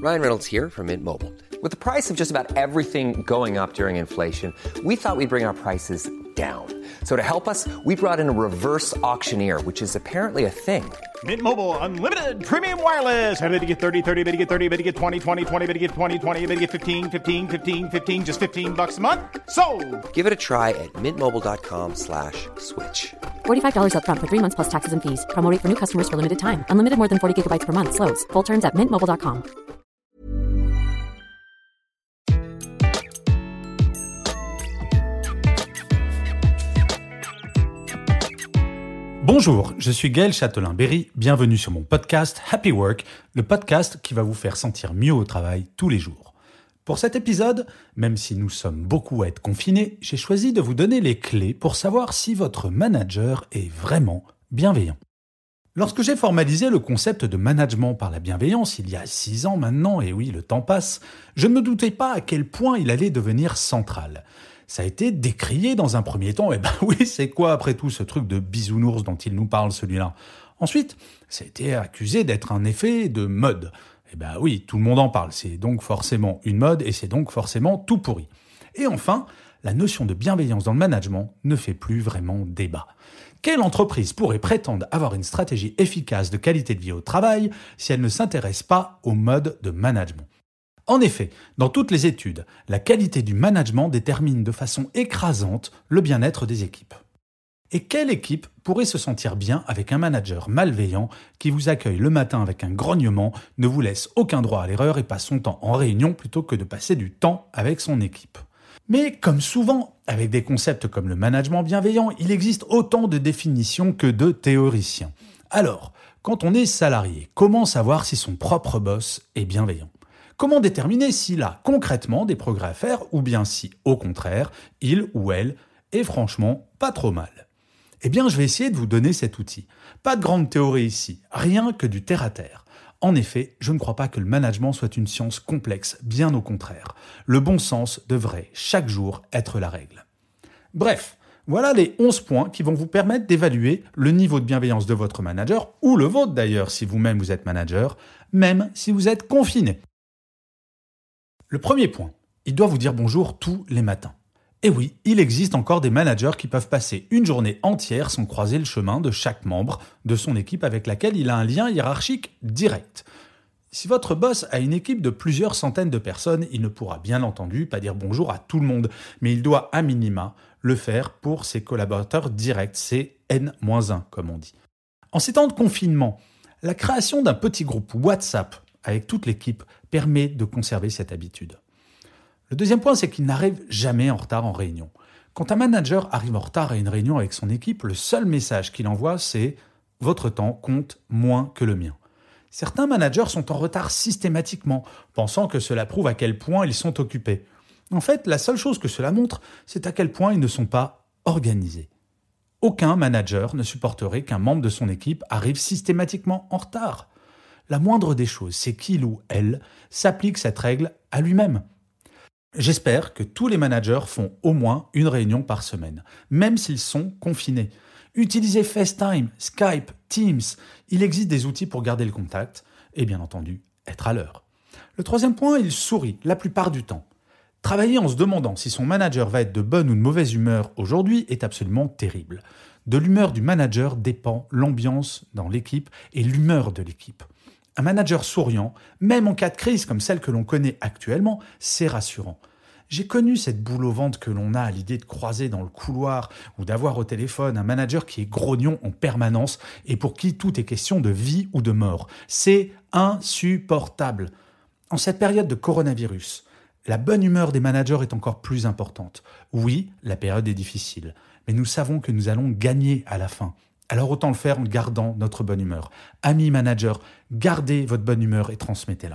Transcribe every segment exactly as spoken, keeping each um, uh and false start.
Ryan Reynolds here from Mint Mobile. With the price of just about everything going up during inflation, we thought we'd bring our prices down. So to help us, we brought in a reverse auctioneer, which is apparently a thing. Mint Mobile Unlimited Premium Wireless. How to get thirty, thirty, how to get thirty, how to get twenty, twenty, twenty, how to get twenty, twenty, how to get fifteen, fifteen, fifteen, fifteen, just fifteen bucks a month? Sold! Give it a try at mintmobile.com slash switch. forty-five dollars up front for three months plus taxes and fees. Promo rate for new customers for limited time. Unlimited more than forty gigabytes per month. Slows full terms at mint mobile dot com. Bonjour, je suis Gaël Châtelain-Berry, bienvenue sur mon podcast Happy Work, le podcast qui va vous faire sentir mieux au travail tous les jours. Pour cet épisode, même si nous sommes beaucoup à être confinés, j'ai choisi de vous donner les clés pour savoir si votre manager est vraiment bienveillant. Lorsque j'ai formalisé le concept de management par la bienveillance il y a six ans maintenant, et oui, le temps passe, je ne me doutais pas à quel point il allait devenir central. Ça a été décrié dans un premier temps. Eh ben oui, c'est quoi après tout ce truc de bisounours dont il nous parle celui-là ? Ensuite, ça a été accusé d'être un effet de mode. Eh ben oui, tout le monde en parle. C'est donc forcément une mode et c'est donc forcément tout pourri. Et enfin, la notion de bienveillance dans le management ne fait plus vraiment débat. Quelle entreprise pourrait prétendre avoir une stratégie efficace de qualité de vie au travail si elle ne s'intéresse pas au mode de management ? En effet, dans toutes les études, la qualité du management détermine de façon écrasante le bien-être des équipes. Et quelle équipe pourrait se sentir bien avec un manager malveillant qui vous accueille le matin avec un grognement, ne vous laisse aucun droit à l'erreur et passe son temps en réunion plutôt que de passer du temps avec son équipe ? Mais comme souvent, avec des concepts comme le management bienveillant, il existe autant de définitions que de théoriciens. Alors, quand on est salarié, comment savoir si son propre boss est bienveillant ? Comment déterminer s'il a concrètement des progrès à faire ou bien si, au contraire, il ou elle est franchement pas trop mal ? Eh bien, je vais essayer de vous donner cet outil. Pas de grande théorie ici, rien que du terre-à-terre. En effet, je ne crois pas que le management soit une science complexe, bien au contraire. Le bon sens devrait, chaque jour, être la règle. Bref, voilà les onze points qui vont vous permettre d'évaluer le niveau de bienveillance de votre manager, ou le vôtre d'ailleurs si vous-même vous êtes manager, même si vous êtes confiné. Le premier point, il doit vous dire bonjour tous les matins. Et oui, il existe encore des managers qui peuvent passer une journée entière sans croiser le chemin de chaque membre de son équipe avec laquelle il a un lien hiérarchique direct. Si votre boss a une équipe de plusieurs centaines de personnes, il ne pourra bien entendu pas dire bonjour à tout le monde, mais il doit à minima le faire pour ses collaborateurs directs, c'est N moins un comme on dit. En ces temps de confinement, la création d'un petit groupe WhatsApp avec toute l'équipe permet de conserver cette habitude. Le deuxième point, c'est qu'il n'arrive jamais en retard en réunion. Quand un manager arrive en retard à une réunion avec son équipe, le seul message qu'il envoie, c'est « Votre temps compte moins que le mien ». Certains managers sont en retard systématiquement, pensant que cela prouve à quel point ils sont occupés. En fait, la seule chose que cela montre, c'est à quel point ils ne sont pas organisés. Aucun manager ne supporterait qu'un membre de son équipe arrive systématiquement en retard. La moindre des choses, c'est qu'il ou elle s'applique cette règle à lui-même. J'espère que tous les managers font au moins une réunion par semaine, même s'ils sont confinés. Utilisez FaceTime, Skype, Teams. Il existe des outils pour garder le contact et bien entendu, être à l'heure. Le troisième point, il sourit la plupart du temps. Travailler en se demandant si son manager va être de bonne ou de mauvaise humeur aujourd'hui est absolument terrible. De l'humeur du manager dépend l'ambiance dans l'équipe et l'humeur de l'équipe. Un manager souriant, même en cas de crise comme celle que l'on connaît actuellement, c'est rassurant. J'ai connu cette boule au ventre que l'on a à l'idée de croiser dans le couloir ou d'avoir au téléphone un manager qui est grognon en permanence et pour qui tout est question de vie ou de mort. C'est insupportable. En cette période de coronavirus, la bonne humeur des managers est encore plus importante. Oui, la période est difficile, mais nous savons que nous allons gagner à la fin. Alors autant le faire en gardant notre bonne humeur. Amis managers, gardez votre bonne humeur et transmettez-la.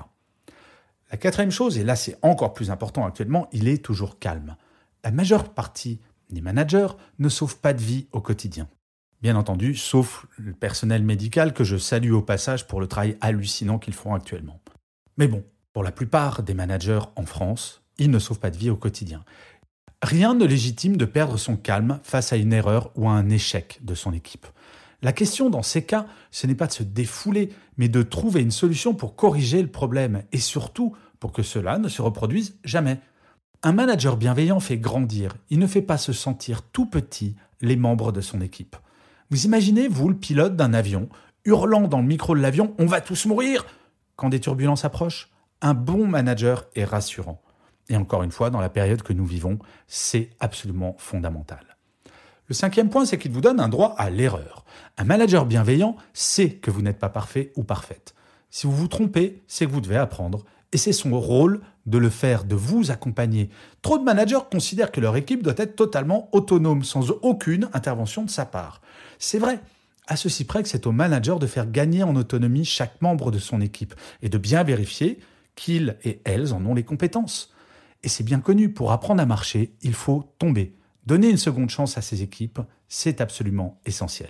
La quatrième chose, et là c'est encore plus important actuellement, il est toujours calme. La majeure partie des managers ne sauvent pas de vie au quotidien. Bien entendu, sauf le personnel médical que je salue au passage pour le travail hallucinant qu'ils font actuellement. Mais bon, pour la plupart des managers en France, ils ne sauvent pas de vie au quotidien. Rien ne légitime de perdre son calme face à une erreur ou à un échec de son équipe. La question dans ces cas, ce n'est pas de se défouler, mais de trouver une solution pour corriger le problème et surtout pour que cela ne se reproduise jamais. Un manager bienveillant fait grandir, il ne fait pas se sentir tout petit les membres de son équipe. Vous imaginez, vous, le pilote d'un avion, hurlant dans le micro de l'avion « On va tous mourir !» quand des turbulences approchent. Un bon manager est rassurant. Et encore une fois, dans la période que nous vivons, c'est absolument fondamental. Le cinquième point, c'est qu'il vous donne un droit à l'erreur. Un manager bienveillant sait que vous n'êtes pas parfait ou parfaite. Si vous vous trompez, c'est que vous devez apprendre. Et c'est son rôle de le faire, de vous accompagner. Trop de managers considèrent que leur équipe doit être totalement autonome, sans aucune intervention de sa part. C'est vrai, à ceci près que c'est au manager de faire gagner en autonomie chaque membre de son équipe et de bien vérifier qu'ils et elles en ont les compétences. Et c'est bien connu, pour apprendre à marcher, il faut tomber. Donner une seconde chance à ses équipes, c'est absolument essentiel.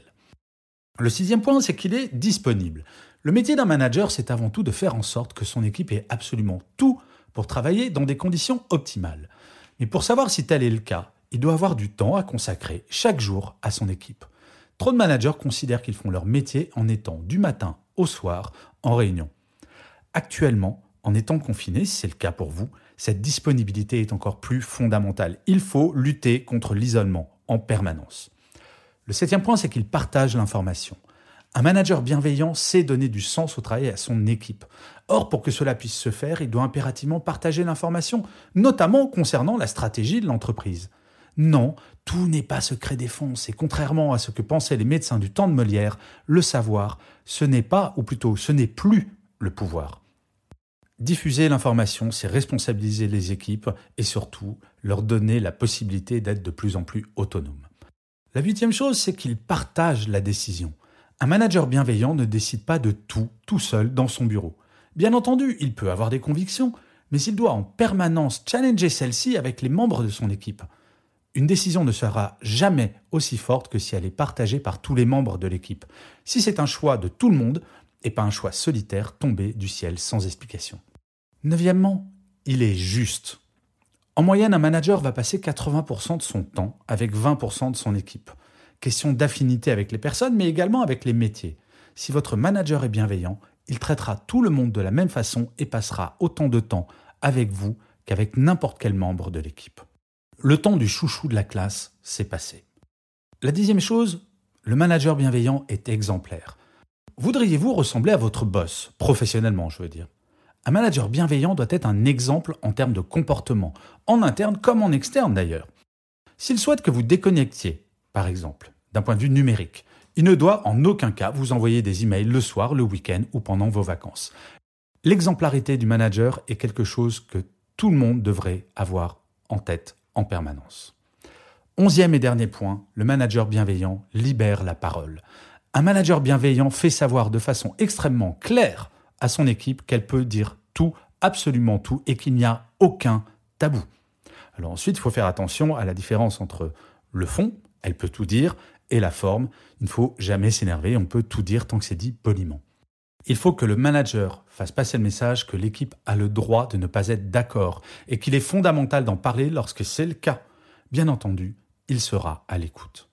Le sixième point, c'est qu'il est disponible. Le métier d'un manager, c'est avant tout de faire en sorte que son équipe ait absolument tout pour travailler dans des conditions optimales. Mais pour savoir si tel est le cas, il doit avoir du temps à consacrer chaque jour à son équipe. Trop de managers considèrent qu'ils font leur métier en étant du matin au soir en réunion. Actuellement, en étant confiné, si c'est le cas pour vous, cette disponibilité est encore plus fondamentale. Il faut lutter contre l'isolement en permanence. Le septième point, c'est qu'il partage l'information. Un manager bienveillant sait donner du sens au travail à son équipe. Or, pour que cela puisse se faire, il doit impérativement partager l'information, notamment concernant la stratégie de l'entreprise. Non, tout n'est pas secret défense, et contrairement à ce que pensaient les médecins du temps de Molière, le savoir, ce n'est pas, ou plutôt ce n'est plus le pouvoir. Diffuser l'information, c'est responsabiliser les équipes et surtout leur donner la possibilité d'être de plus en plus autonomes. La huitième chose, c'est qu'il partage la décision. Un manager bienveillant ne décide pas de tout, tout seul, dans son bureau. Bien entendu, il peut avoir des convictions, mais il doit en permanence challenger celles-ci avec les membres de son équipe. Une décision ne sera jamais aussi forte que si elle est partagée par tous les membres de l'équipe. Si c'est un choix de tout le monde, et pas un choix solitaire tombé du ciel sans explication. Neuvièmement, il est juste. En moyenne, un manager va passer quatre-vingts pour cent de son temps avec vingt pour cent de son équipe. Question d'affinité avec les personnes, mais également avec les métiers. Si votre manager est bienveillant, il traitera tout le monde de la même façon et passera autant de temps avec vous qu'avec n'importe quel membre de l'équipe. Le temps du chouchou de la classe, c'est passé. La dixième chose, le manager bienveillant est exemplaire. Voudriez-vous ressembler à votre boss, professionnellement, je veux dire ? Un manager bienveillant doit être un exemple en termes de comportement, en interne comme en externe d'ailleurs. S'il souhaite que vous déconnectiez, par exemple, d'un point de vue numérique, il ne doit en aucun cas vous envoyer des emails le soir, le week-end ou pendant vos vacances. L'exemplarité du manager est quelque chose que tout le monde devrait avoir en tête en permanence. Onzième et dernier point, le manager bienveillant libère la parole. Un manager bienveillant fait savoir de façon extrêmement claire à son équipe qu'elle peut dire tout, absolument tout, et qu'il n'y a aucun tabou. Alors ensuite, il faut faire attention à la différence entre le fond, elle peut tout dire, et la forme. Il ne faut jamais s'énerver, on peut tout dire tant que c'est dit poliment. Il faut que le manager fasse passer le message que l'équipe a le droit de ne pas être d'accord et qu'il est fondamental d'en parler lorsque c'est le cas. Bien entendu, il sera à l'écoute.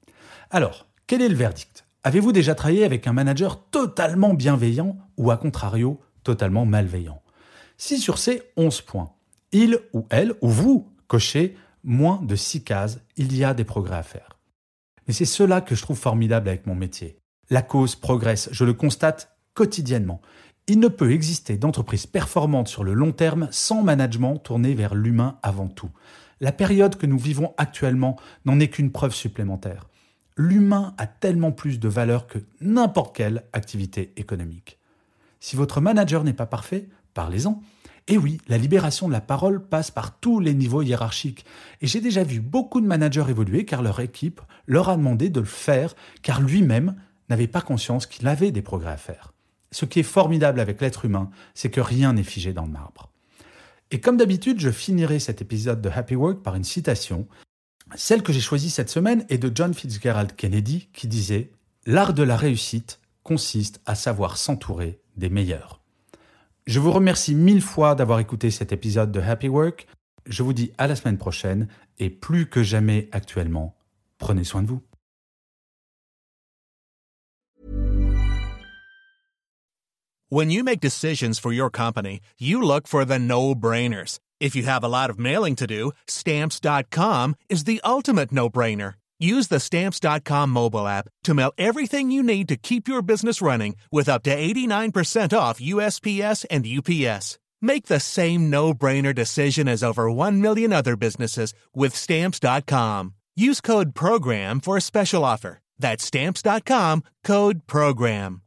Alors, quel est le verdict ? Avez-vous déjà travaillé avec un manager totalement bienveillant ou à contrario totalement malveillant ? Si sur ces onze points, il ou elle ou vous cochez moins de six cases, il y a des progrès à faire. Mais c'est cela que je trouve formidable avec mon métier. La cause progresse, je le constate quotidiennement. Il ne peut exister d'entreprise performante sur le long terme sans management tourné vers l'humain avant tout. La période que nous vivons actuellement n'en est qu'une preuve supplémentaire. L'humain a tellement plus de valeur que n'importe quelle activité économique. Si votre manager n'est pas parfait, parlez-en. Et oui, la libération de la parole passe par tous les niveaux hiérarchiques. Et j'ai déjà vu beaucoup de managers évoluer car leur équipe leur a demandé de le faire car lui-même n'avait pas conscience qu'il avait des progrès à faire. Ce qui est formidable avec l'être humain, c'est que rien n'est figé dans le marbre. Et comme d'habitude, je finirai cet épisode de Happy Work par une citation. Celle que j'ai choisie cette semaine est de John Fitzgerald Kennedy qui disait « L'art de la réussite consiste à savoir s'entourer des meilleurs ». Je vous remercie mille fois d'avoir écouté cet épisode de Happy Work. Je vous dis à la semaine prochaine et plus que jamais actuellement, prenez soin de vous. When you make decisions for your company, you look for the no-brainers. If you have a lot of mailing to do, Stamps dot com is the ultimate no-brainer. Use the Stamps dot com mobile app to mail everything you need to keep your business running with up to eighty-nine percent off U S P S and U P S. Make the same no-brainer decision as over one million other businesses with Stamps dot com. Use code PROGRAM for a special offer. That's Stamps dot com, code PROGRAM.